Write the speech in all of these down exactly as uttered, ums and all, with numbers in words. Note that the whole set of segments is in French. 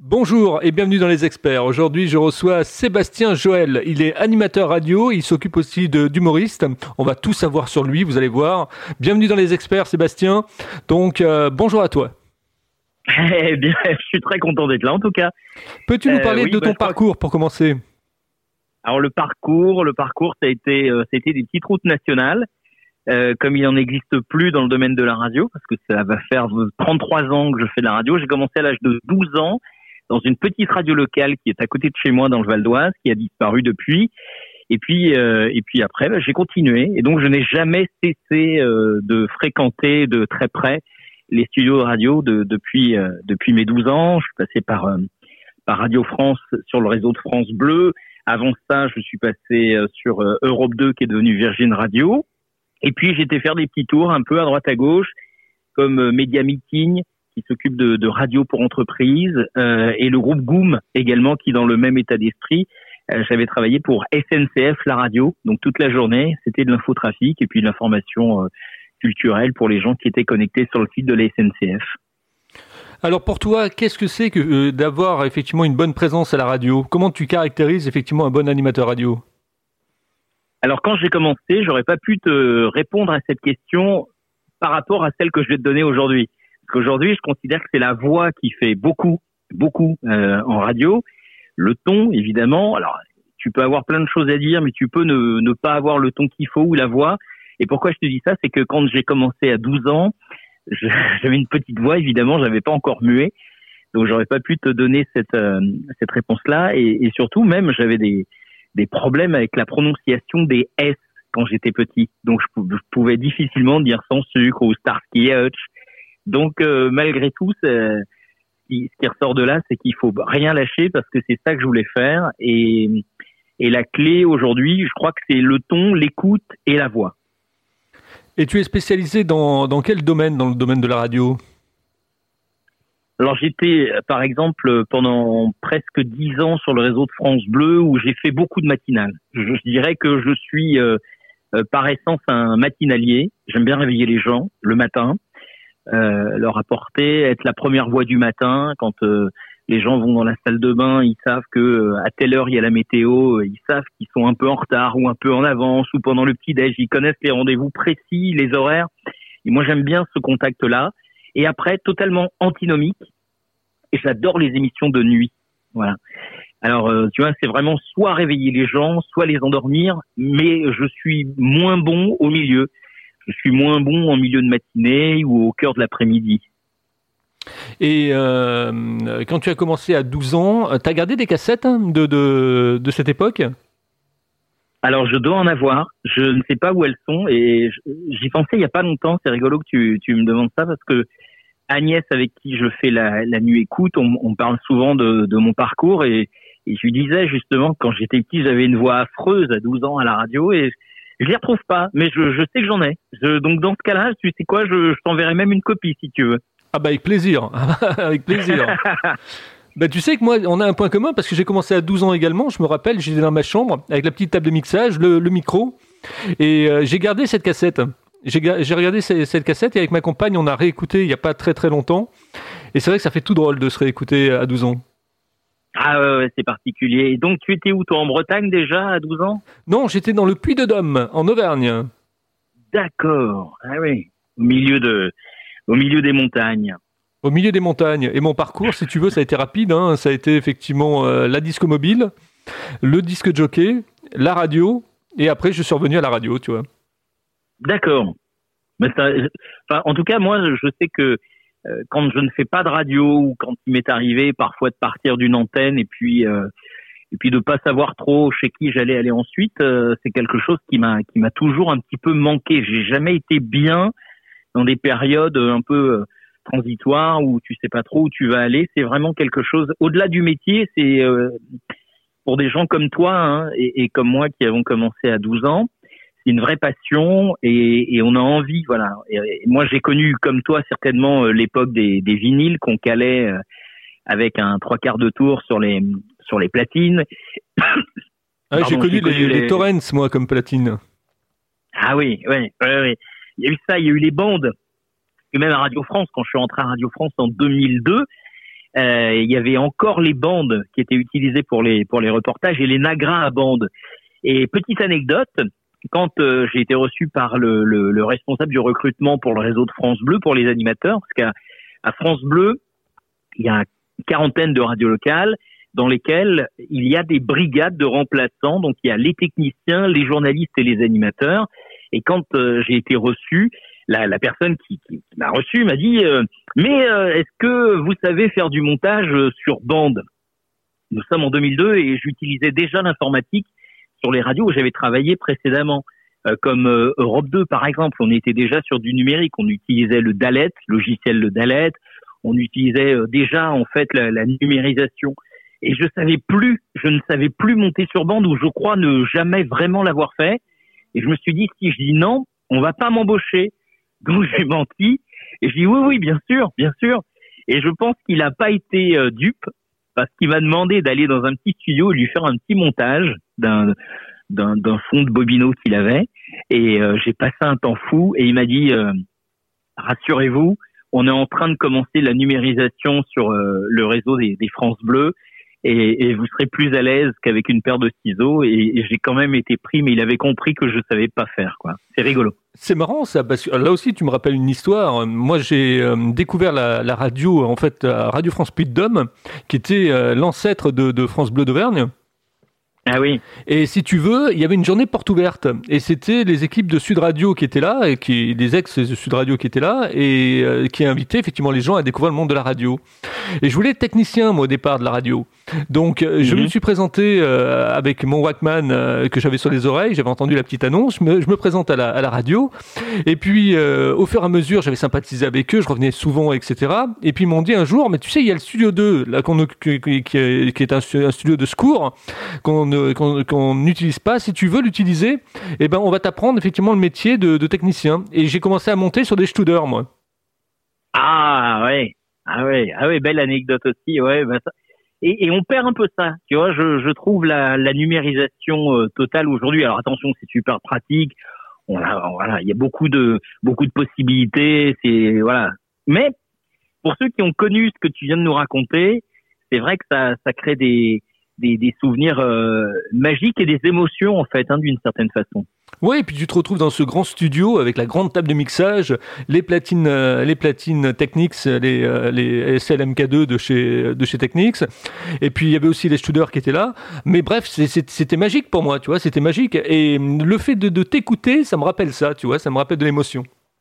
Bonjour et bienvenue dans Les Experts. Aujourd'hui, je reçois Sébastien Joël. Il est animateur radio, il s'occupe aussi de, d'humoriste. On va tout savoir sur lui, vous allez voir. Bienvenue dans Les Experts, Sébastien. Donc, euh, bonjour à toi. Eh bien, je suis très content d'être là, en tout cas. Peux-tu nous parler euh, oui, de ton bah, parcours pour commencer ? Alors, le parcours, le parcours, ça a été, euh, ça a été des petites routes nationales. Euh, comme il n'en existe plus dans le domaine de la radio, parce que ça va faire trente-trois ans que je fais de la radio. J'ai commencé à l'âge de douze ans dans une petite radio locale qui est à côté de chez moi dans le Val d'Oise, qui a disparu depuis. Et puis, euh, et puis après, bah, j'ai continué. Et donc, je n'ai jamais cessé euh, de fréquenter de très près les studios de radio de, depuis euh, depuis mes douze ans. Je suis passé par euh, par Radio France sur le réseau de France Bleu. Avant ça, je suis passé euh, sur euh, Europe deux, qui est devenu Virgin Radio. Et puis, j'étais faire des petits tours un peu à droite à gauche, comme euh, Media Meeting, qui s'occupe de, de radio pour entreprises, euh, et le groupe Goom également, qui dans le même état d'esprit. Euh, j'avais travaillé pour S N C F, la radio, donc toute la journée, c'était de l'infotrafic et puis de l'information euh, culturelle pour les gens qui étaient connectés sur le site de la S N C F. Alors pour toi, qu'est-ce que c'est que euh, d'avoir effectivement une bonne présence à la radio ? Comment tu caractérises effectivement un bon animateur radio ? Alors, quand j'ai commencé, j'aurais pas pu te répondre à cette question par rapport à celle que je vais te donner aujourd'hui. Parce qu'aujourd'hui, je considère que c'est la voix qui fait beaucoup, beaucoup euh, en radio. Le ton, évidemment. Alors, tu peux avoir plein de choses à dire, mais tu peux ne, ne pas avoir le ton qu'il faut ou la voix. Et pourquoi je te dis ça ? C'est que quand j'ai commencé à douze ans, je, j'avais une petite voix, évidemment, j'avais pas encore mué. Donc, j'aurais pas pu te donner cette, euh, cette réponse-là. Et, et surtout, même, j'avais des... des problèmes avec la prononciation des S quand j'étais petit. Donc, je, je pouvais difficilement dire sans sucre ou Starsky Hutch. Donc, euh, malgré tout, ce qui ressort de là, c'est qu'il faut rien lâcher parce que c'est ça que je voulais faire. Et, et la clé aujourd'hui, je crois que c'est le ton, l'écoute et la voix. Et tu es spécialisé dans, dans quel domaine, dans le domaine de la radio ? Alors j'étais, par exemple, pendant presque dix ans sur le réseau de France Bleu où j'ai fait beaucoup de matinales. Je, je dirais que je suis euh, euh, par essence un matinalier. J'aime bien réveiller les gens le matin, euh, leur apporter, être la première voix du matin. Quand euh, les gens vont dans la salle de bain, ils savent que euh, à telle heure il y a la météo, ils savent qu'ils sont un peu en retard ou un peu en avance ou pendant le petit-déj. Ils connaissent les rendez-vous précis, les horaires. Et moi j'aime bien ce contact-là. Et après, totalement antinomique. Et j'adore les émissions de nuit. Voilà. Alors, euh, tu vois, c'est vraiment soit réveiller les gens, soit les endormir. Mais je suis moins bon au milieu. Je suis moins bon en milieu de matinée ou au cœur de l'après-midi. Et euh, quand tu as commencé à douze ans, tu as gardé des cassettes hein, de, de, de cette époque ? Alors, je dois en avoir. Je ne sais pas où elles sont. Et j'y pensais il n'y a pas longtemps. C'est rigolo que tu, tu me demandes ça parce que Agnès, avec qui je fais la, la nuit écoute, on, on parle souvent de, de mon parcours et, et je lui disais justement que quand j'étais petit, j'avais une voix affreuse à douze ans à la radio et je, je les retrouve pas, mais je, je sais que j'en ai. Je, donc dans ce cas-là, tu sais quoi, je, je t'enverrai même une copie si tu veux. Ah bah avec plaisir, avec plaisir. Bah tu sais que moi, on a un point commun parce que j'ai commencé à douze ans également. Je me rappelle, j'étais dans ma chambre avec la petite table de mixage, le, le micro, et euh, j'ai gardé cette cassette. J'ai, j'ai regardé cette, cette cassette et avec ma compagne, on a réécouté il n'y a pas très très longtemps. Et c'est vrai que ça fait tout drôle de se réécouter à douze ans. Ah ouais, ouais, c'est particulier. Et donc tu étais où toi, en Bretagne déjà à douze ans ? Non, j'étais dans le Puy-de-Dôme, en Auvergne. D'accord. Ah oui. Au milieu de, au milieu des montagnes. Au milieu des montagnes. Et mon parcours, si tu veux, ça a été rapide. Hein. Ça a été effectivement euh, la disco mobile, le disque jockey, la radio. Et après, je suis revenu à la radio, tu vois. D'accord. Mais ça, enfin, en tout cas, moi, je sais que euh, quand je ne fais pas de radio ou quand il m'est arrivé parfois de partir d'une antenne et puis euh, et puis de pas savoir trop chez qui j'allais aller ensuite, euh, c'est quelque chose qui m'a qui m'a toujours un petit peu manqué. J'ai jamais été bien dans des périodes un peu euh, transitoires où tu sais pas trop où tu vas aller. C'est vraiment quelque chose au-delà du métier. C'est euh, pour des gens comme toi hein, et, et comme moi qui avons commencé à douze ans. C'est une vraie passion et, et on a envie, voilà. Et, et moi, j'ai connu, comme toi, certainement l'époque des, des vinyles qu'on calait avec un trois quarts de tour sur les sur les platines. Ah, Pardon, j'ai connu, j'ai connu les, les... les Torrents, moi, comme platine. Ah oui, oui, oui, oui. Il y a eu ça, il y a eu les bandes. Et même à Radio France, quand je suis rentré à Radio France en deux mille deux, euh, il y avait encore les bandes qui étaient utilisées pour les pour les reportages et les nagras à bandes. Et petite anecdote, quand euh, j'ai été reçu par le, le, le responsable du recrutement pour le réseau de France Bleu pour les animateurs, parce qu'à à France Bleu, il y a une quarantaine de radios locales dans lesquelles il y a des brigades de remplaçants. Donc il y a les techniciens, les journalistes et les animateurs. Et quand euh, j'ai été reçu, la, la personne qui, qui, qui m'a reçu m'a dit euh, mais euh, est-ce que vous savez faire du montage sur bande? Nous sommes en deux mille deux et j'utilisais déjà l'informatique sur les radios où j'avais travaillé précédemment, euh, comme euh, Europe deux par exemple. On était déjà sur du numérique, on utilisait le Dalet, logiciel le Dalet, on utilisait euh, déjà en fait la, la numérisation. Et je savais plus, je ne savais plus monter sur bande, ou je crois ne jamais vraiment l'avoir fait. Et je me suis dit, si je dis non, on va pas m'embaucher. Donc j'ai menti et je dis oui, oui, bien sûr, bien sûr. Et je pense qu'il a pas été euh, dupe, parce qu'il m'a demandé d'aller dans un petit studio et lui faire un petit montage d'un d'un, d'un fond de bobino qu'il avait. Et euh, j'ai passé un temps fou et il m'a dit euh, rassurez-vous, on est en train de commencer la numérisation sur euh, le réseau des, des France Bleu. Et, et vous serez plus à l'aise qu'avec une paire de ciseaux. Et, et j'ai quand même été pris, mais il avait compris que je savais pas faire, quoi. C'est rigolo. C'est marrant ça, parce que là aussi tu me rappelles une histoire. Moi j'ai euh, découvert la, la radio, en fait, Radio France Puy-de-Dôme, qui était euh, l'ancêtre de, de France Bleu d'Auvergne. Ah oui. Et si tu veux, il y avait une journée porte ouverte. Et c'était les équipes de Sud Radio qui étaient là, et qui, les ex de Sud Radio qui étaient là, et euh, qui invitaient effectivement les gens à découvrir le monde de la radio. Et je voulais être technicien, moi, au départ, de la radio. Donc, euh, mm-hmm. je me suis présenté euh, avec mon Walkman euh, que j'avais sur les oreilles. J'avais entendu la petite annonce. Je me, je me présente à la, à la radio. Et puis, euh, au fur et à mesure, j'avais sympathisé avec eux. Je revenais souvent, et cetera. Et puis, ils m'ont dit un jour, mais tu sais, il y a le Studio deux, là, qu'on, qui, qui, qui est un, un studio de secours, qu'on Qu'on, qu'on n'utilise pas. Si tu veux l'utiliser, eh ben, on va t'apprendre effectivement le métier de, de technicien. Et j'ai commencé à monter sur des Studer, moi. Ah ouais, ah ouais, ah ouais, belle anecdote aussi. Ouais, bah ça... et, et on perd un peu ça. Tu vois, je, je trouve la, la numérisation euh, totale aujourd'hui. Alors attention, c'est super pratique. On a, voilà, il y a beaucoup de beaucoup de possibilités. C'est voilà. Mais pour ceux qui ont connu ce que tu viens de nous raconter, c'est vrai que ça, ça crée des Des, des souvenirs euh, magiques et des émotions en fait, hein, d'une certaine façon. Oui, et puis tu te retrouves dans ce grand studio avec la grande table de mixage, les platines, euh, les platines Technics, les, euh, les S L M K deux de chez de chez Technics, et puis il y avait aussi les Studer qui étaient là. Mais bref, c'est, c'est, c'était magique pour moi, tu vois, c'était magique. Et le fait de, de t'écouter, ça me rappelle ça, tu vois, ça me rappelle de l'émotion.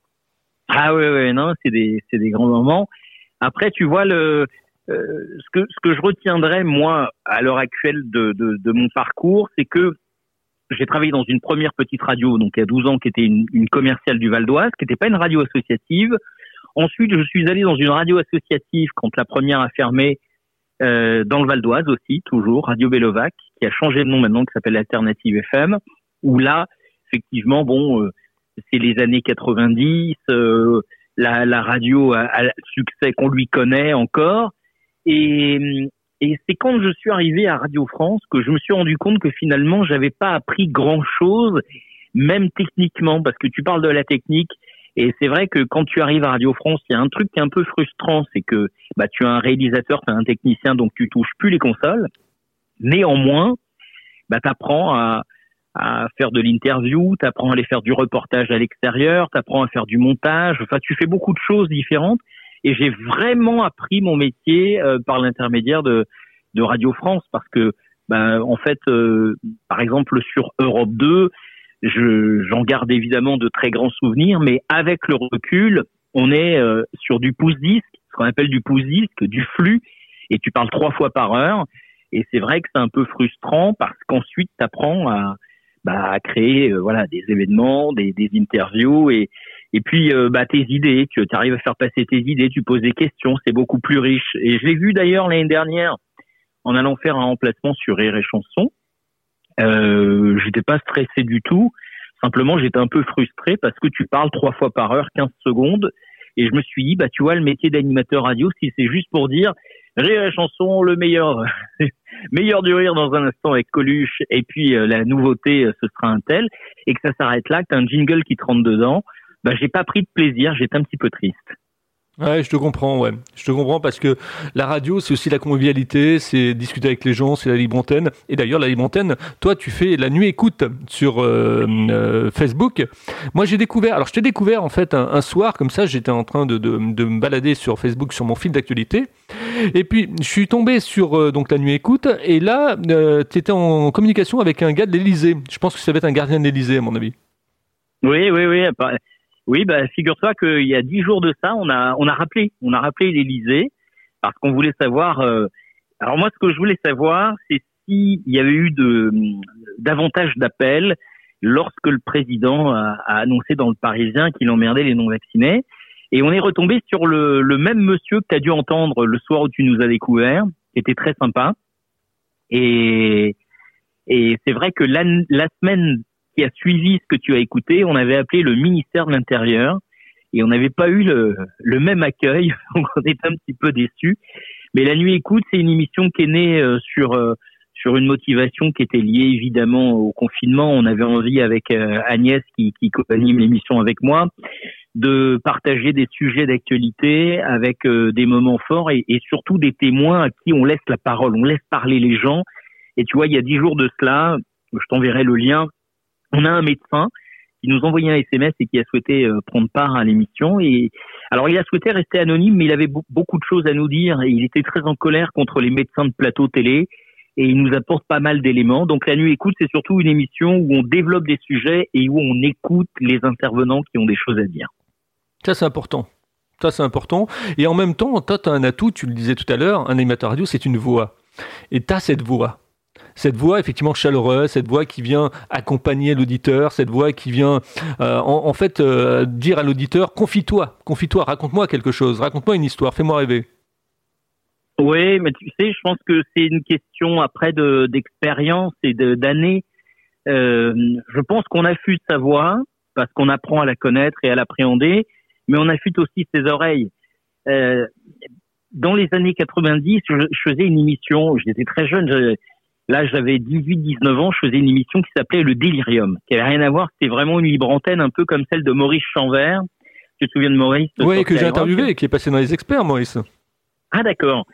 Ah ouais, ouais, non, c'est des, c'est des grands moments. Après, tu vois le Euh, ce que ce que je retiendrai moi à l'heure actuelle de de, de mon parcours, c'est que j'ai travaillé dans une première petite radio, donc il y a douze ans, qui était une, une commerciale du Val d'Oise, qui n'était pas une radio associative. Ensuite, je suis allé dans une radio associative quand la première a fermé, euh, dans le Val d'Oise aussi, toujours Radio Bellovac, qui a changé de nom maintenant, qui s'appelle Alternative F M. Où là, effectivement, bon, euh, c'est les années quatre-vingt-dix, euh, la la radio a, a le succès qu'on lui connaît encore. Et, et c'est quand je suis arrivé à Radio France que je me suis rendu compte que finalement, j'avais pas appris grand-chose, même techniquement, parce que tu parles de la technique. Et c'est vrai que quand tu arrives à Radio France, il y a un truc qui est un peu frustrant, c'est que bah, tu as un réalisateur, tu as un technicien, donc tu touches plus les consoles. Néanmoins, bah, tu apprends à, à faire de l'interview, tu apprends à aller faire du reportage à l'extérieur, tu apprends à faire du montage. Enfin, tu fais beaucoup de choses différentes. Et j'ai vraiment appris mon métier euh, par l'intermédiaire de, de Radio France, parce que, ben, en fait, euh, par exemple, sur Europe deux, je, j'en garde évidemment de très grands souvenirs, mais avec le recul, on est euh, sur du pouce-disque, ce qu'on appelle du pouce-disque, du flux, et tu parles trois fois par heure. Et c'est vrai que c'est un peu frustrant, parce qu'ensuite, tu apprends à, bah, à créer euh, voilà, des événements, des, des interviews, et Et puis, euh, bah, tes idées, tu arrives à faire passer tes idées, tu poses des questions, c'est beaucoup plus riche. Et je l'ai vu d'ailleurs l'année dernière, en allant faire un remplacement sur Rire et Chanson. Euh, j'étais pas stressé du tout. Simplement, j'étais un peu frustré parce que tu parles trois fois par heure, quinze secondes. Et je me suis dit, bah, tu vois, le métier d'animateur radio, si c'est juste pour dire Rire et Chanson, le meilleur, meilleur du rire dans un instant avec Coluche, et puis euh, la nouveauté, ce sera un tel, et que ça s'arrête là, que t'as un jingle qui te rentre dedans. Bah, j'ai pas pris de plaisir, j'étais un petit peu triste. Ouais, je te comprends, ouais. Je te comprends parce que la radio, c'est aussi la convivialité, c'est discuter avec les gens, c'est la libre antenne. Et d'ailleurs, la libre antenne, toi, tu fais la nuit écoute sur euh, euh, Facebook. Moi, j'ai découvert, alors je t'ai découvert en fait un, un soir, comme ça, j'étais en train de, de, de me balader sur Facebook, sur mon fil d'actualité. Et puis, je suis tombé sur euh, donc la nuit écoute. Et là, euh, tu étais en communication avec un gars de l'Élysée. Je pense que ça va être un gardien de l'Élysée, à mon avis. Oui, oui, oui. Oui, bah, figure-toi qu'il y a dix jours de ça, on a, on a rappelé, on a rappelé l'Élysée parce qu'on voulait savoir. Euh, alors moi, ce que je voulais savoir, c'est s'il y avait eu de davantage d'appels lorsque le président a, a annoncé dans le Parisien qu'il emmerdait les non-vaccinés. Et on est retombé sur le, le même monsieur que tu as dû entendre le soir où tu nous as découvert, qui était très sympa. Et, et c'est vrai que la, la semaine qui a suivi ce que tu as écouté, on avait appelé le ministère de l'Intérieur et on n'avait pas eu le, le même accueil, donc on était un petit peu déçus. Mais La Nuit Écoute, c'est une émission qui est née euh, sur euh, sur une motivation qui était liée évidemment au confinement. On avait envie avec euh, Agnès, qui, qui co-anime l'émission avec moi, de partager des sujets d'actualité avec euh, des moments forts et, et surtout des témoins à qui on laisse la parole, on laisse parler les gens. Et tu vois, il y a dix jours de cela, je t'enverrai le lien, on a un médecin qui nous envoyait un S M S et qui a souhaité euh, prendre part à l'émission. Et alors, il a souhaité rester anonyme, mais il avait b- beaucoup de choses à nous dire et il était très en colère contre les médecins de plateau télé et il nous apporte pas mal d'éléments. Donc, La Nuit Écoute, c'est surtout une émission où on développe des sujets et où on écoute les intervenants qui ont des choses à dire. Ça, c'est important. Ça, c'est important. Et en même temps, toi, tu as un atout, tu le disais tout à l'heure, un animateur radio, c'est une voix. Et tu as cette voix. Cette voix effectivement chaleureuse, cette voix qui vient accompagner l'auditeur, cette voix qui vient euh, en, en fait euh, dire à l'auditeur confie-toi, confie-toi, raconte-moi quelque chose, raconte-moi une histoire, fais-moi rêver. Oui, mais tu sais, je pense que c'est une question après de, d'expérience et de, d'années. Euh, je pense qu'on affûte sa voix parce qu'on apprend à la connaître et à l'appréhender, mais on affûte aussi ses oreilles. Euh, dans les années quatre-vingt-dix, je, je faisais une émission, j'étais très jeune, je, là j'avais dix-huit dix-neuf ans, je faisais une émission qui s'appelait Le Délirium, qui avait rien à voir, c'était vraiment une libre antenne un peu comme celle de Maurice Chanvert. Tu te souviens de Maurice? Oui, que j'ai interviewé et qui est passé dans Les Experts, Maurice. Ah d'accord.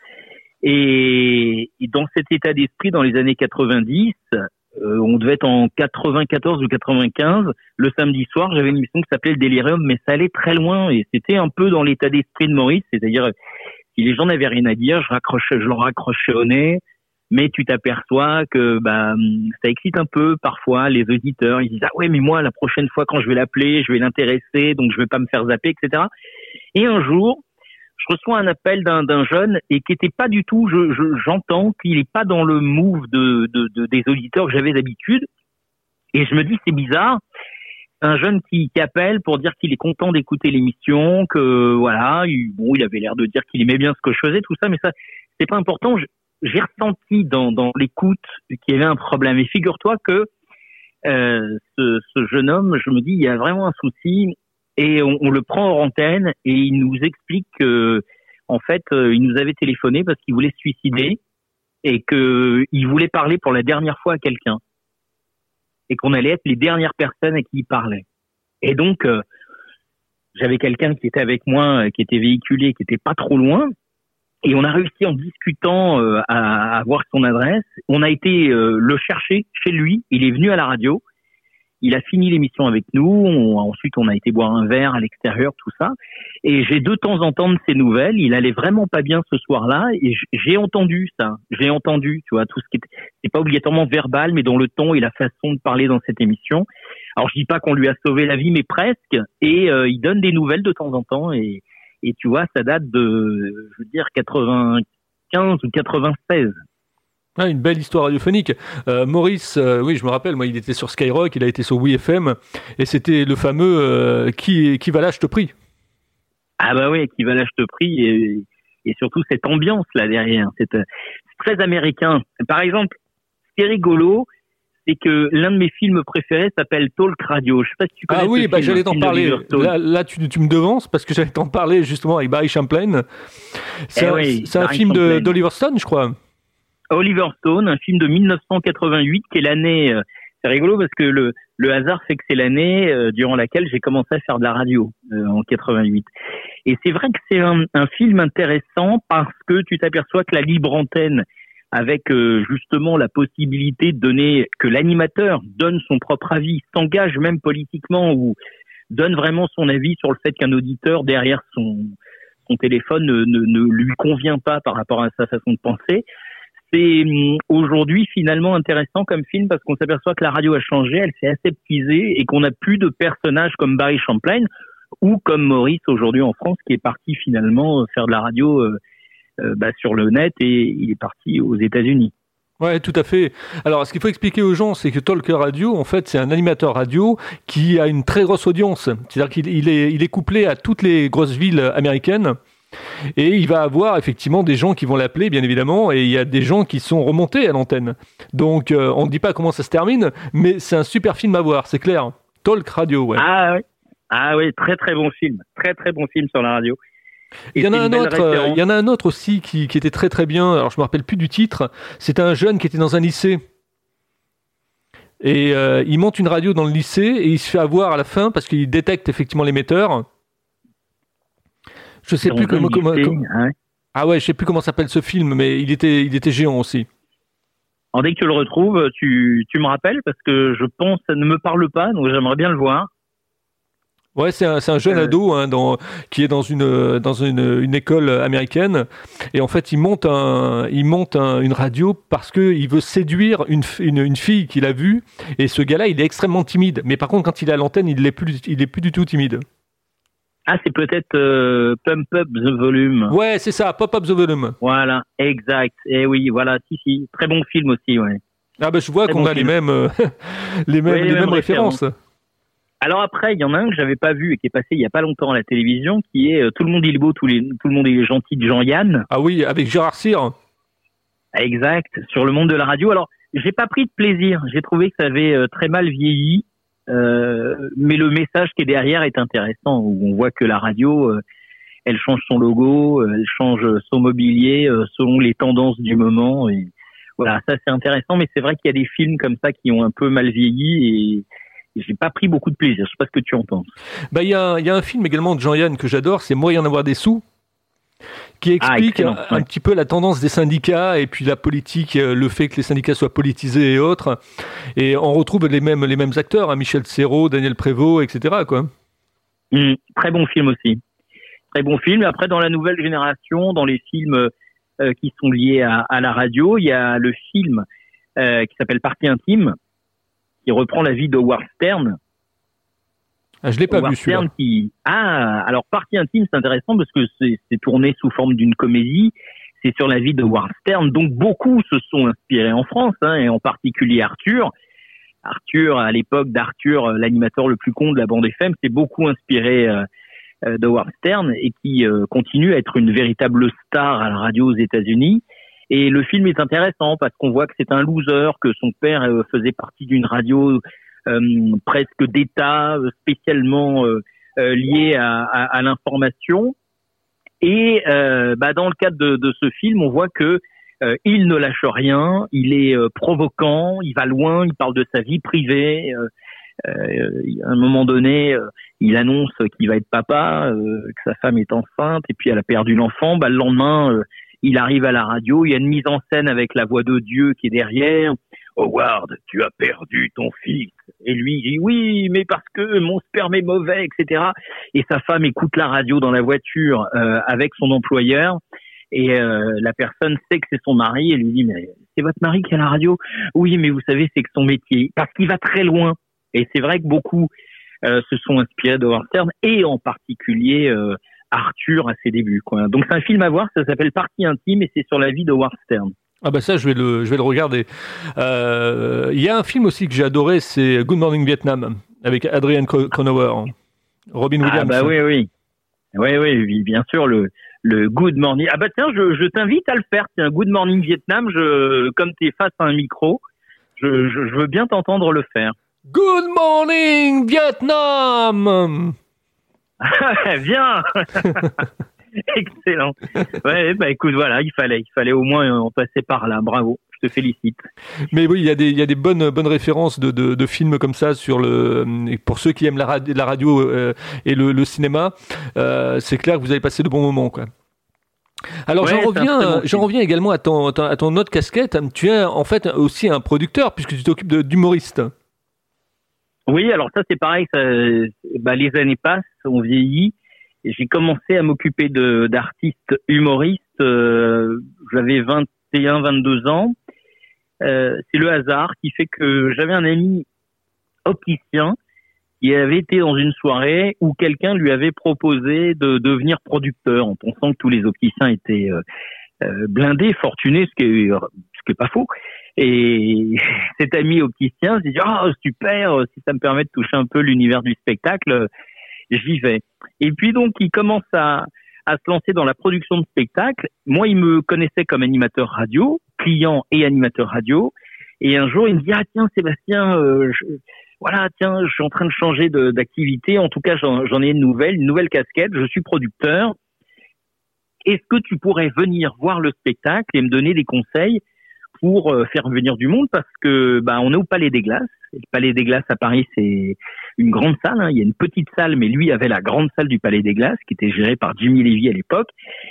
Et, et dans cet état d'esprit, dans les années quatre-vingt-dix, euh, on devait être en quatre-vingt-quatorze ou quatre-vingt-quinze, le samedi soir, j'avais une émission qui s'appelait Le Délirium, mais ça allait très loin et c'était un peu dans l'état d'esprit de Maurice, c'est-à-dire si les gens n'avaient rien à dire, je raccrochais, je leur raccrochais au nez, mais tu t'aperçois que bah ça excite un peu parfois les auditeurs, ils disent ah ouais mais moi la prochaine fois quand je vais l'appeler, je vais l'intéresser, donc je vais pas me faire zapper, et cetera. Et un jour, je reçois un appel d'un, d'un jeune et qui était pas du tout, je, je, j'entends qu'il est pas dans le move de, de, de des auditeurs que j'avais d'habitude. Et je me dis, c'est bizarre. Un jeune qui, qui appelle pour dire qu'il est content d'écouter l'émission, que voilà, il, bon, il avait l'air de dire qu'il aimait bien ce que je faisais, tout ça, mais ça, c'est pas important. Je, j'ai ressenti dans, dans l'écoute qu'il y avait un problème. Et figure-toi que euh, ce, ce jeune homme, je me dis, il y a vraiment un souci. Et on, on le prend hors antenne et il nous explique que, en fait, euh, il nous avait téléphoné parce qu'il voulait se suicider et que il voulait parler pour la dernière fois à quelqu'un et qu'on allait être les dernières personnes à qui il parlait. Et donc, euh, j'avais quelqu'un qui était avec moi, euh, qui était véhiculé, qui était pas trop loin, et on a réussi en discutant euh, à, à avoir son adresse. On a été euh, le chercher chez lui. Il est venu à la radio. Il a fini l'émission avec nous. On, ensuite, on a été boire un verre à l'extérieur, tout ça. Et j'ai de temps en temps de ses nouvelles. Il allait vraiment pas bien ce soir-là. Et j'ai entendu ça. J'ai entendu, tu vois, tout ce qui est, c'est pas obligatoirement verbal, mais dans le ton et la façon de parler dans cette émission. Alors, je dis pas qu'on lui a sauvé la vie, mais presque. Et euh, il donne des nouvelles de temps en temps. Et, et tu vois, ça date de, je veux dire, quatre-vingt-quinze ou quatre-vingt-seize. Ah, une belle histoire radiophonique. Euh, Maurice, euh, oui, je me rappelle, moi, il était sur Skyrock, il a été sur Oui F M, et c'était le fameux euh, qui, qui va là, je te prie. Ah bah oui, qui va là, je te prie, et, et surtout cette ambiance là derrière, c'est, c'est très américain. Par exemple, ce qui est rigolo, c'est que l'un de mes films préférés s'appelle Talk Radio. Je sais pas si tu connais. Ah oui, ce bah film, j'allais t'en parler. Là, là tu, tu me devances parce que j'allais t'en parler justement avec Barry Champlain. C'est eh un, oui, c'est un Barry film de, Champlain. d'Oliver Stone, je crois. Oliver Stone, un film de dix-neuf cent quatre-vingt-huit, qui est l'année, c'est rigolo parce que le, le hasard fait que c'est l'année euh, durant laquelle j'ai commencé à faire de la radio euh, en quatre-vingt-huit. Et c'est vrai que c'est un, un film intéressant parce que tu t'aperçois que la libre antenne, avec euh, justement la possibilité de donner, que l'animateur donne son propre avis, s'engage même politiquement ou donne vraiment son avis sur le fait qu'un auditeur derrière son, son téléphone ne, ne, ne lui convient pas par rapport à sa façon de penser. C'est aujourd'hui finalement intéressant comme film parce qu'on s'aperçoit que la radio a changé, elle s'est aseptisée et qu'on n'a plus de personnages comme Barry Champlain ou comme Maurice aujourd'hui en France qui est parti finalement faire de la radio euh, euh, bah, sur le net et il est parti aux États-Unis. Ouais, tout à fait. Alors, ce qu'il faut expliquer aux gens, c'est que Talk Radio, en fait, c'est un animateur radio qui a une très grosse audience. C'est-à-dire qu'il il est, il est couplé à toutes les grosses villes américaines. Et il va avoir effectivement des gens qui vont l'appeler, bien évidemment, et il y a des gens qui sont remontés à l'antenne. Donc, euh, on ne dit pas comment ça se termine, mais c'est un super film à voir, c'est clair. Talk Radio, ouais. Ah oui, ah oui, très très bon film, très très bon film sur la radio. Il y en a un autre, euh, il y en a un autre aussi qui, qui était très très bien. Alors je me rappelle plus du titre. C'était un jeune qui était dans un lycée et euh, il monte une radio dans le lycée et il se fait avoir à la fin parce qu'il détecte effectivement l'émetteur. Je sais plus comment, comment, comment... Ah, ouais. ah ouais, je sais plus comment s'appelle ce film, mais il était il était géant aussi. Alors dès que tu le retrouves, tu tu me rappelles parce que je pense ça ne me parle pas, donc j'aimerais bien le voir. Ouais, c'est un, c'est un jeune euh... ado hein, dans, qui est dans une dans une, une école américaine et en fait il monte un il monte un, une radio parce que il veut séduire une, une une fille qu'il a vue et ce gars-là il est extrêmement timide mais par contre quand il est à l'antenne il est plus il est plus du tout timide. Ah c'est peut-être euh, Pump Up the Volume. Ouais c'est ça, Pump Up the Volume. Voilà, exact. Et oui voilà si si très bon film aussi ouais. Ah ben je vois très qu'on bon a film. les mêmes euh, les mêmes oui, les, les mêmes, mêmes références. références. Alors après, il y en a un que j'avais pas vu et qui est passé il y a pas longtemps à la télévision, qui est euh, Tout le monde il est beau, tout, les, tout le monde il est gentil de Jean-Yann. Ah oui, avec Gérard Cyr. Exact, sur le monde de la radio. Alors, j'ai pas pris de plaisir. J'ai trouvé que ça avait euh, très mal vieilli, euh, mais le message qui est derrière est intéressant. Où on voit que la radio, euh, elle change son logo, euh, elle change son mobilier euh, selon les tendances du moment. Et voilà, ça c'est intéressant. Mais c'est vrai qu'il y a des films comme ça qui ont un peu mal vieilli et j'ai pas pris beaucoup de plaisir. Je sais pas ce que tu en penses. Bah, il y a, il y a un film également de Jean-Yann que j'adore, c'est Moi y en avoir des sous, qui explique ah, un, ouais. un petit peu la tendance des syndicats et puis la politique, le fait que les syndicats soient politisés et autres. Et on retrouve les mêmes, les mêmes acteurs, hein, Michel Serrault, Daniel Prévost, et cetera, quoi. Mmh, très bon film aussi. Très bon film. Après, dans la nouvelle génération, dans les films euh, qui sont liés à, à la radio, il y a le film euh, qui s'appelle Partie intime, qui reprend la vie d'Howard Stern. Ah, je l'ai pas Howard vu celui-là. Stern qui... Ah, alors Partie intime, c'est intéressant parce que c'est, c'est tourné sous forme d'une comédie. C'est sur la vie d'Howard Stern. Donc beaucoup se sont inspirés en France, hein, et en particulier Arthur. Arthur, à l'époque d'Arthur, l'animateur le plus con de la bande F M, s'est beaucoup inspiré euh, euh, d'Howard Stern et qui euh, continue à être une véritable star à la radio aux États-Unis. Et le film est intéressant parce qu'on voit que c'est un loser, que son père euh, faisait partie d'une radio euh, presque d'État, spécialement euh, euh, liée à, à, à l'information. Et euh, bah, dans le cadre de, de ce film, on voit que euh, il ne lâche rien, il est euh, provoquant, il va loin, il parle de sa vie privée. Euh, euh, à un moment donné, euh, il annonce qu'il va être papa, euh, que sa femme est enceinte, et puis elle a perdu l'enfant. Bah, le lendemain, euh, il arrive à la radio, il y a une mise en scène avec la voix de Dieu qui est derrière. « Howard, tu as perdu ton fils. » Et lui, il dit « Oui, mais parce que mon sperme est mauvais, et cetera » Et sa femme écoute la radio dans la voiture euh, avec son employeur. Et euh, la personne sait que c'est son mari et lui dit « Mais c'est votre mari qui a la radio ?»« Oui, mais vous savez, c'est que son métier. » Parce qu'il va très loin. Et c'est vrai que beaucoup euh, se sont inspirés de Howard Stern et en particulier... Euh, Arthur à ses débuts, quoi. Donc c'est un film à voir, ça s'appelle Partie intime et c'est sur la vie de Howard Stern. Ah bah ça je vais le je vais le regarder. Euh, il y a un film aussi que j'ai adoré, c'est Good Morning Vietnam avec Adrian Cronauer, Robin Williams. Ah bah oui oui. Oui oui, bien sûr le le Good Morning. Ah bah tiens, je je t'invite à le faire, tiens, Good Morning Vietnam, je comme tu es face à un micro, je, je je veux bien t'entendre le faire. Good Morning Vietnam. Bien. Excellent. Ouais, bah écoute, voilà, il fallait, il fallait au moins en passer par là. Bravo. Je je te félicite. Mais oui, il y a des, il y a des bonnes, bonnes références de, de, de films comme ça sur le, pour ceux qui aiment la, radio, la radio euh, et le, le cinéma, euh, c'est clair que vous avez passé de bons moments, quoi. Alors ouais, j'en reviens, bon j'en reviens également à ton, à ton autre casquette. Tu es en fait aussi un producteur puisque tu t'occupes de, d'humoriste. Oui, alors ça c'est pareil. Ça, bah, les années passent, on vieillit. Et j'ai commencé à m'occuper de, d'artistes humoristes. Euh, j'avais vingt et un, vingt-deux ans. Euh, c'est le hasard qui fait que j'avais un ami opticien qui avait été dans une soirée où quelqu'un lui avait proposé de devenir producteur en pensant que tous les opticiens étaient euh, euh, blindés, fortunés, ce qui est, ce qui est pas faux. Et cet ami opticien s'est dit « Ah, oh, super, si ça me permet de toucher un peu l'univers du spectacle, j'y vais. » Et puis donc, il commence à, à se lancer dans la production de spectacles. Moi, il me connaissait comme animateur radio, client et animateur radio. Et un jour, il me dit « Ah tiens, Sébastien, euh, je... voilà, tiens, je suis en train de changer de, d'activité. En tout cas, j'en, j'en ai une nouvelle, une nouvelle casquette. Je suis producteur. Est-ce que tu pourrais venir voir le spectacle et me donner des conseils pour euh, faire venir du monde? Parce que bah, on est au Palais des Glaces. Et le Palais des Glaces à Paris, c'est une grande salle. Hein. Il y a une petite salle, mais lui avait la grande salle du Palais des Glaces, qui était gérée par Jimmy Levy à l'époque.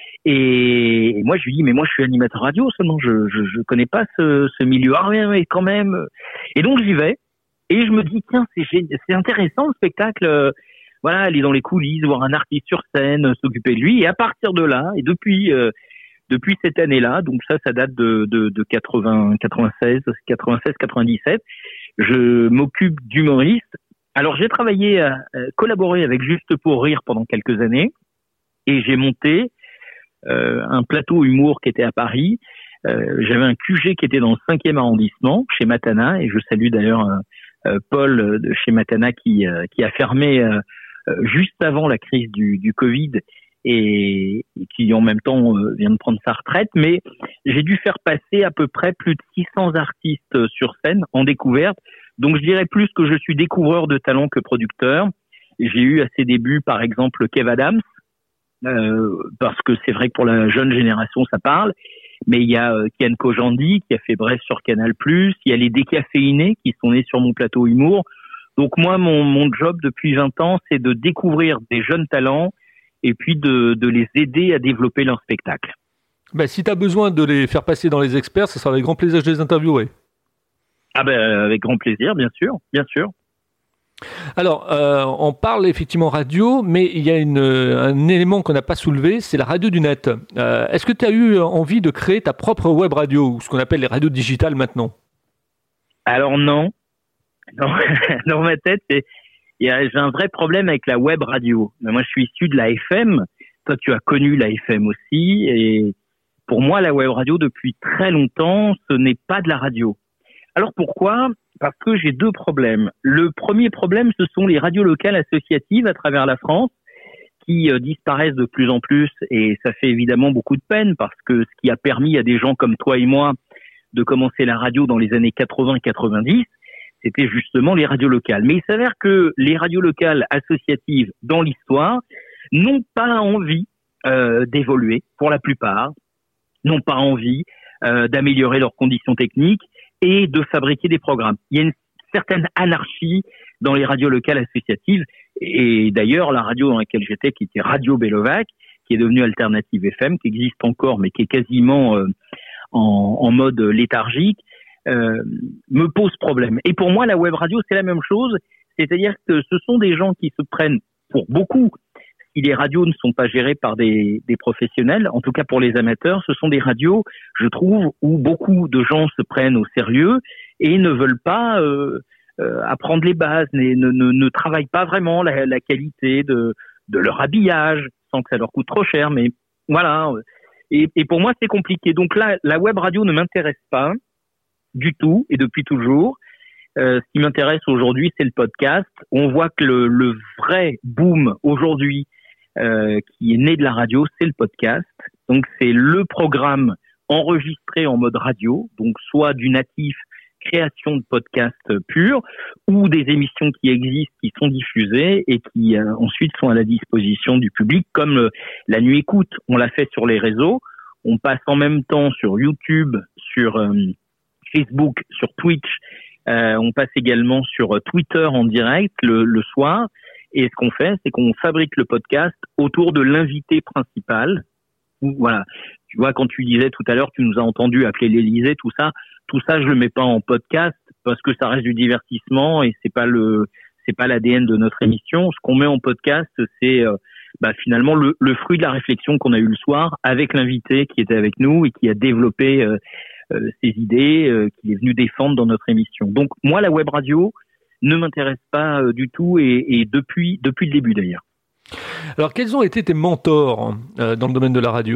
Et, et moi, je lui dis, mais moi, je suis animateur radio seulement. Je je, je connais pas ce, ce milieu. Ah mais, mais quand même. Et donc, j'y vais. Et je me dis, tiens, c'est, c'est intéressant le spectacle, euh, voilà, aller dans les coulisses, voir un artiste sur scène, euh, s'occuper de lui. Et à partir de là, et depuis euh, depuis cette année-là, donc ça, ça date de, de, de quatre-vingts, quatre-vingt-seize, quatre-vingt-seize, quatre-vingt-dix-sept, je m'occupe d'humoriste. Alors, j'ai travaillé, à, à collaborer avec Juste pour Rire pendant quelques années, et j'ai monté euh, un plateau humour qui était à Paris. Euh, j'avais un Q G qui était dans le cinquième arrondissement, chez Matana, et je salue d'ailleurs euh, Euh, Paul de chez Matana qui euh, qui a fermé euh, euh, juste avant la crise du, du Covid et, et qui en même temps euh, vient de prendre sa retraite. Mais j'ai dû faire passer à peu près plus de six cents artistes sur scène en découverte. Donc je dirais plus que je suis découvreur de talent que producteur. J'ai eu à ses débuts par exemple Kev Adams, euh, parce que c'est vrai que pour la jeune génération ça parle. Mais il y a euh, Kian Kojandi qui a fait Bref sur Canal plus, il y a les Décaféinés qui sont nés sur mon plateau humour. Donc moi, mon, mon job depuis vingt ans, c'est de découvrir des jeunes talents et puis de, de les aider à développer leur spectacle. Ben, si tu as besoin de les faire passer dans les experts, ça sera avec grand plaisir que je les interviewerai. Ah ben, avec grand plaisir, bien sûr, bien sûr. Alors, euh, on parle effectivement radio, mais il y a une, un élément qu'on n'a pas soulevé, c'est la radio du net. Euh, est-ce que tu as eu envie de créer ta propre web radio, ou ce qu'on appelle les radios digitales maintenant? Alors non. non. Dans ma tête, c'est, y a, j'ai un vrai problème avec la web radio. Mais moi, je suis issu de la F M. Toi, tu as connu la F M aussi. Et pour moi, la web radio, depuis très longtemps, ce n'est pas de la radio. Alors pourquoi ? Parce que j'ai deux problèmes. Le premier problème, ce sont les radios locales associatives à travers la France qui euh, disparaissent de plus en plus et ça fait évidemment beaucoup de peine parce que ce qui a permis à des gens comme toi et moi de commencer la radio dans les années quatre-vingts quatre-vingt-dix, c'était justement les radios locales. Mais il s'avère que les radios locales associatives dans l'histoire n'ont pas envie euh, d'évoluer pour la plupart, n'ont pas envie euh, d'améliorer leurs conditions techniques et de fabriquer des programmes. Il y a une certaine anarchie dans les radios locales associatives. Et d'ailleurs, la radio dans laquelle j'étais, qui était Radio Belovac, qui est devenue Alternative F M, qui existe encore, mais qui est quasiment euh, en, en mode léthargique, euh, me pose problème. Et pour moi, la web radio, c'est la même chose. C'est-à-dire que ce sont des gens qui se prennent, pour beaucoup, si les radios ne sont pas gérées par des, des professionnels, en tout cas pour les amateurs, ce sont des radios, je trouve, où beaucoup de gens se prennent au sérieux et ne veulent pas euh, euh, apprendre les bases, ne, ne, ne travaillent pas vraiment la, la qualité de, de leur habillage, sans que ça leur coûte trop cher. Mais voilà. Et, et pour moi, c'est compliqué. Donc là, la web radio ne m'intéresse pas du tout et depuis toujours. Euh, ce qui m'intéresse aujourd'hui, c'est le podcast. On voit que le, le vrai boom aujourd'hui, Euh, qui est né de la radio, c'est le podcast. Donc c'est le programme enregistré en mode radio, donc soit du natif, création de podcast pur, ou des émissions qui existent, qui sont diffusées et qui euh, ensuite sont à la disposition du public, comme euh, la nuit écoute. On l'a fait sur les réseaux. On passe en même temps sur YouTube, sur euh, Facebook, sur Twitch. Euh, on passe également sur Twitter en direct le, le soir. Et ce qu'on fait, c'est qu'on fabrique le podcast autour de l'invité principal. Voilà. Tu vois, quand tu disais tout à l'heure, tu nous as entendu appeler l'Élysée, tout ça. Tout ça, je le mets pas en podcast parce que ça reste du divertissement et c'est pas le, c'est pas l'A D N de notre émission. Ce qu'on met en podcast, c'est euh, bah, finalement le, le fruit de la réflexion qu'on a eue le soir avec l'invité qui était avec nous et qui a développé euh, euh, ses idées, euh, qu'il est venu défendre dans notre émission. Donc moi, la web radio ne m'intéresse pas euh, du tout et, et depuis depuis le début d'ailleurs. Alors, quels ont été tes mentors euh, dans le domaine de la radio ?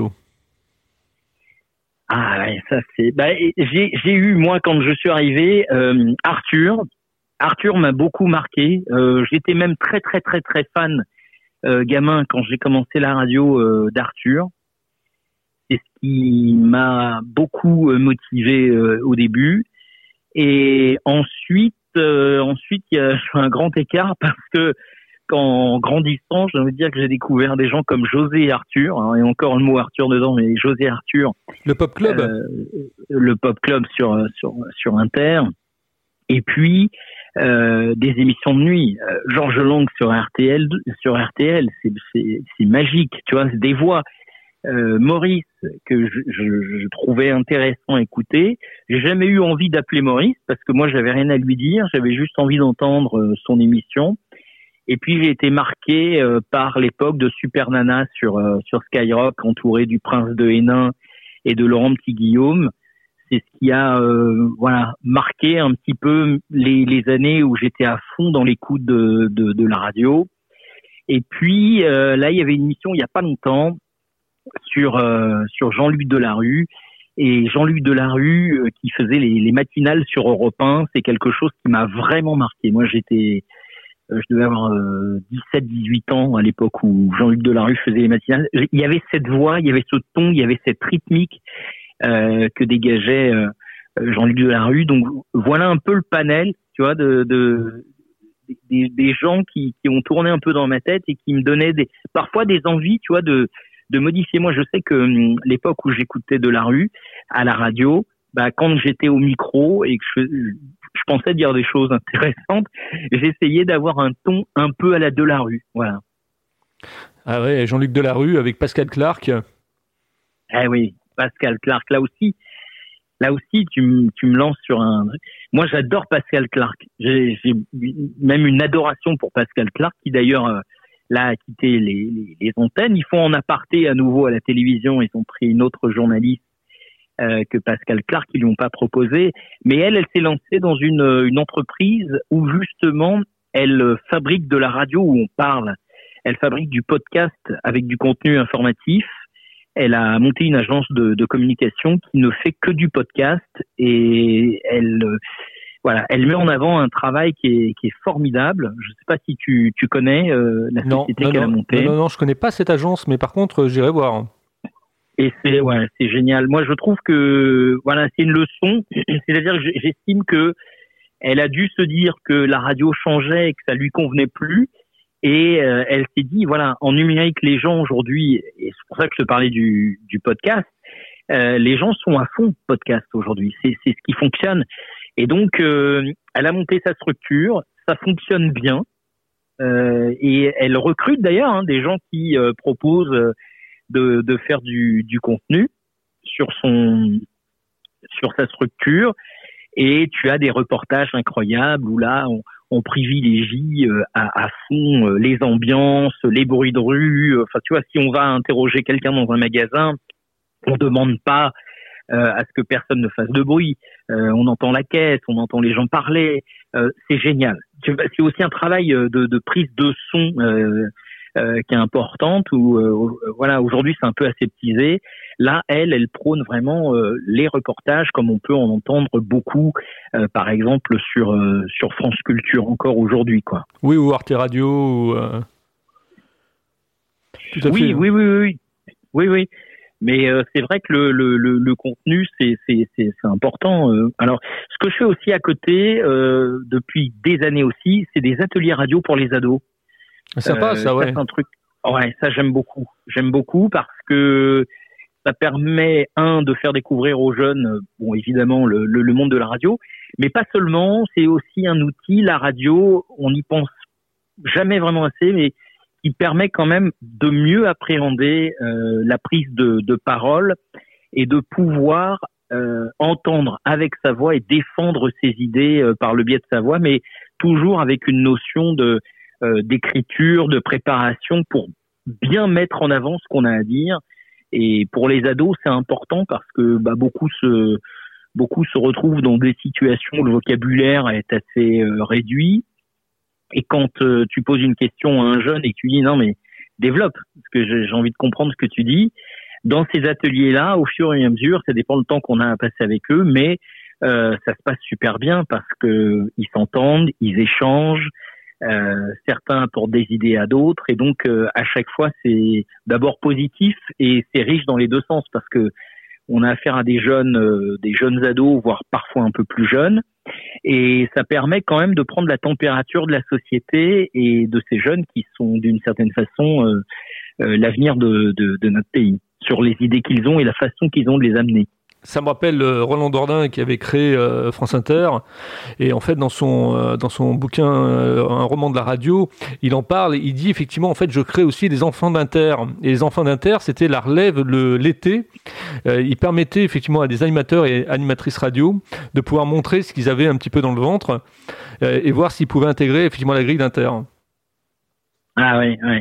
Ah ouais, ça c'est. Bah, j'ai j'ai eu moi quand je suis arrivé euh, Arthur. Arthur m'a beaucoup marqué. Euh, j'étais même très très très très fan euh, gamin quand j'ai commencé la radio euh, d'Arthur. C'est ce qui m'a beaucoup euh, motivé euh, au début. Et ensuite, euh, ensuite il y a un grand écart parce que qu'en grandissant, je veux dire que j'ai découvert des gens comme José et Arthur, hein, et encore le mot Arthur dedans, mais José et Arthur. Le Pop Club. Euh, le Pop Club sur sur sur Inter. Et puis euh, des émissions de nuit. Euh, Georges Lang sur R T L, sur R T L, c'est c'est c'est magique, tu vois, c'est des voix. Euh, Maurice que je, je, je trouvais intéressant à écouter. J'ai jamais eu envie d'appeler Maurice parce que moi j'avais rien à lui dire, j'avais juste envie d'entendre euh, son émission. Et puis j'ai été marqué euh, par l'époque de Super Nana sur euh, sur Skyrock, entouré du Prince de Hénin et de Laurent Petit-Guillaume. C'est ce qui a euh, voilà marqué un petit peu les les années où j'étais à fond dans l'écoute de de, de la radio. Et puis euh, là il y avait une émission il y a pas longtemps sur euh, sur Jean-Luc Delarue. Et Jean-Luc Delarue euh, qui faisait les, les matinales sur Europe un, c'est quelque chose qui m'a vraiment marqué. Moi j'étais je devais avoir euh, dix-sept dix-huit ans à l'époque où Jean-Luc Delarue faisait les matinales. Il y avait cette voix, il y avait ce ton, il y avait cette rythmique euh, que dégageait euh, Jean-Luc Delarue. Donc voilà un peu le panel, tu vois, de, de des, des gens qui, qui ont tourné un peu dans ma tête et qui me donnaient des, parfois des envies, tu vois, de, de modifier. Moi, je sais que hum, l'époque où j'écoutais Delarue à la radio, bah quand j'étais au micro et que je, je pensais dire des choses intéressantes, j'essayais d'avoir un ton un peu à la Delarue, voilà. Ah ouais, Jean-Luc Delarue avec Pascal Clark. Eh oui, Pascal Clark, là aussi, là aussi, tu me tu me lances sur un. Moi, j'adore Pascal Clark. J'ai, j'ai même une adoration pour Pascal Clark, qui d'ailleurs euh, là a quitté les, les, les antennes. Ils font en aparté à nouveau à la télévision. Ils ont pris une autre journaliste. Euh, que Pascal Clark, ils lui ont pas proposé, mais elle, elle s'est lancée dans une, une entreprise où justement elle fabrique de la radio où on parle, elle fabrique du podcast avec du contenu informatif, elle a monté une agence de, de communication qui ne fait que du podcast et elle, voilà, elle met en avant un travail qui est, qui est formidable. Je sais pas si tu, tu connais euh, la non, société non, qu'elle non, a montée. Non, non, non, je connais pas cette agence, mais par contre, j'irai voir. Et c'est ouais, c'est génial. Moi, je trouve que voilà, c'est une leçon. C'est-à-dire que j'estime que elle a dû se dire que la radio changeait et que ça lui convenait plus. Et euh, elle s'est dit voilà, en numérique, les gens aujourd'hui, et c'est pour ça que je te parlais du, du podcast, euh, les gens sont à fond podcast aujourd'hui. C'est, c'est ce qui fonctionne. Et donc, euh, elle a monté sa structure, ça fonctionne bien. Euh, et elle recrute d'ailleurs hein, des gens qui euh, proposent. Euh, De, de faire du, du contenu sur son sur sa structure et tu as des reportages incroyables où là on, on privilégie à, à fond les ambiances, les bruits de rue. Enfin tu vois, si on va interroger quelqu'un dans un magasin, on demande pas euh, à ce que personne ne fasse de bruit. Euh, on entend la caisse, on entend les gens parler. Euh, c'est génial. C'est aussi un travail de, de prise de son. Euh, Euh, qui est importante où euh, voilà aujourd'hui c'est un peu aseptisé. Là elle elle prône vraiment euh, les reportages comme on peut en entendre beaucoup euh, par exemple sur euh, sur France Culture encore aujourd'hui quoi. Oui ou Arte Radio ou euh... Tout à oui, fait. oui oui oui oui oui oui mais euh, c'est vrai que le le le, le contenu c'est c'est c'est c'est important. Euh, alors ce que je fais aussi à côté euh, depuis des années aussi c'est des ateliers radio pour les ados. Sympa, euh, ça, ouais. Ça, c'est un truc. Ouais, ça j'aime beaucoup. J'aime beaucoup parce que ça permet, un, de faire découvrir aux jeunes, bon, évidemment, le, le, le monde de la radio, mais pas seulement, c'est aussi un outil, la radio, on n'y pense jamais vraiment assez, mais qui permet quand même de mieux appréhender euh, la prise de, de parole et de pouvoir euh, entendre avec sa voix et défendre ses idées euh, par le biais de sa voix, mais toujours avec une notion de euh, d'écriture, de préparation pour bien mettre en avant ce qu'on a à dire. Et pour les ados, c'est important parce que bah, beaucoup se beaucoup se retrouvent dans des situations où le vocabulaire est assez euh, réduit. Et quand euh, tu poses une question à un jeune et que tu dis non mais développe, parce que j'ai, j'ai envie de comprendre ce que tu dis. Dans ces ateliers-là, au fur et à mesure, ça dépend du temps qu'on a à passer avec eux, mais euh, ça se passe super bien parce que ils s'entendent, ils échangent. Euh, certains apportent des idées à d'autres et donc euh, à chaque fois c'est d'abord positif et c'est riche dans les deux sens parce que on a affaire à des jeunes, euh, des jeunes ados voire parfois un peu plus jeunes et ça permet quand même de prendre la température de la société et de ces jeunes qui sont d'une certaine façon euh, euh, l'avenir de, de, de notre pays sur les idées qu'ils ont et la façon qu'ils ont de les amener. Ça me rappelle Roland Dordain qui avait créé euh, France Inter et en fait dans son euh, dans son bouquin euh, un roman de la radio, il en parle, il dit effectivement en fait je crée aussi des enfants d'Inter et les enfants d'Inter c'était la relève le l'été, euh, il permettait effectivement à des animateurs et animatrices radio de pouvoir montrer ce qu'ils avaient un petit peu dans le ventre euh, et voir s'ils pouvaient intégrer effectivement la grille d'Inter. Ah oui, oui.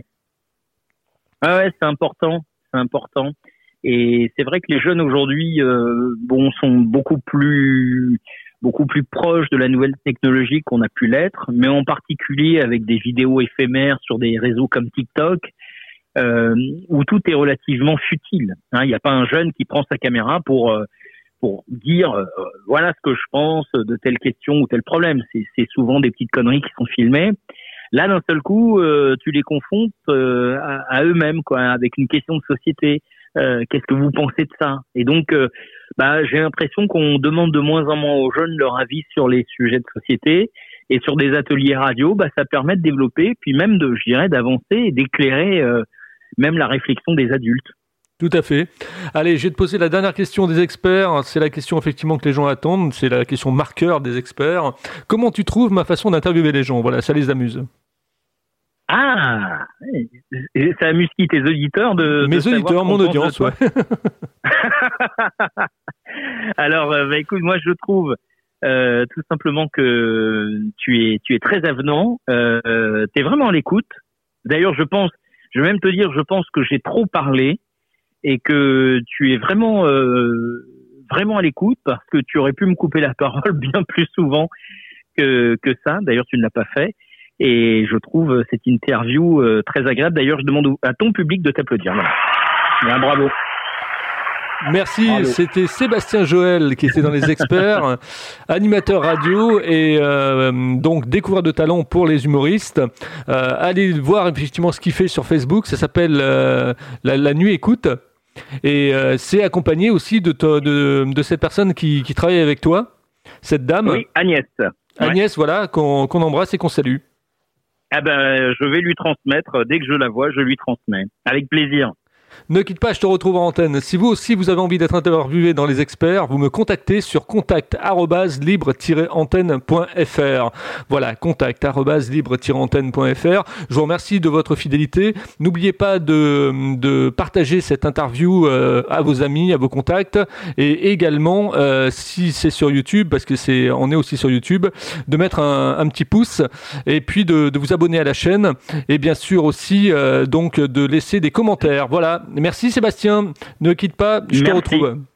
Ah ouais, c'est important, c'est important. Et c'est vrai que les jeunes aujourd'hui, euh, bon, sont beaucoup plus, beaucoup plus proches de la nouvelle technologie qu'on a pu l'être, mais en particulier avec des vidéos éphémères sur des réseaux comme TikTok, euh, où tout est relativement futile. Hein, il n'y a pas un jeune qui prend sa caméra pour euh, pour dire euh, voilà ce que je pense de telle question ou tel problème. C'est, c'est souvent des petites conneries qui sont filmées. Là, d'un seul coup, euh, tu les confrontes euh, à, à eux-mêmes, quoi, avec une question de société. Euh, qu'est-ce que vous pensez de ça? Et donc, euh, bah, j'ai l'impression qu'on demande de moins en moins aux jeunes leur avis sur les sujets de société. Et sur des ateliers radio, bah, ça permet de développer, puis même de, je dirais, d'avancer et d'éclairer euh, même la réflexion des adultes. Tout à fait. Allez, je vais te poser la dernière question des experts. C'est la question effectivement que les gens attendent. C'est la question marqueur des experts. Comment tu trouves ma façon d'interviewer les gens? Voilà, ça les amuse. Ah, ça amuse qui, tes auditeurs de Mes de auditeurs, mon audience, ouais. Alors, euh, bah, écoute, moi je trouve euh, tout simplement que tu es tu es très avenant, euh, tu es vraiment à l'écoute. D'ailleurs, je pense, je vais même te dire, je pense que j'ai trop parlé et que tu es vraiment euh, vraiment à l'écoute parce que tu aurais pu me couper la parole bien plus souvent que que ça. D'ailleurs, tu ne l'as pas fait. Et je trouve cette interview euh, très agréable. D'ailleurs, je demande à ton public de t'applaudir. Voilà. Bien, bravo. Merci, bravo. C'était Sébastien Joël qui était dans les experts, animateur radio et euh, donc découvreur de talent pour les humoristes. Euh, allez voir effectivement ce qu'il fait sur Facebook, ça s'appelle euh, la, la Nuit Écoute. Et euh, c'est accompagné aussi de, to, de, de cette personne qui, qui travaille avec toi, cette dame. Oui, Agnès. Agnès, ouais. Voilà, qu'on, qu'on embrasse et qu'on salue. Ah ben, je vais lui transmettre. Dès que je la vois, je lui transmets. Avec plaisir. Ne quitte pas, je te retrouve en antenne. Si vous aussi vous avez envie d'être interviewé dans les experts, vous me contactez sur contact arobase libre tiret antenne point f r. Voilà, contact arobase libre tiret antenne point f r. Je vous remercie de votre fidélité. N'oubliez pas de, de partager cette interview euh, à vos amis, à vos contacts, et également, euh, si c'est sur YouTube, parce que c'est, on est aussi sur YouTube, de mettre un, un petit pouce, et puis de, de vous abonner à la chaîne, et bien sûr aussi euh, donc de laisser des commentaires. Voilà. Merci Sébastien, ne quitte pas, je Merci. te retrouve.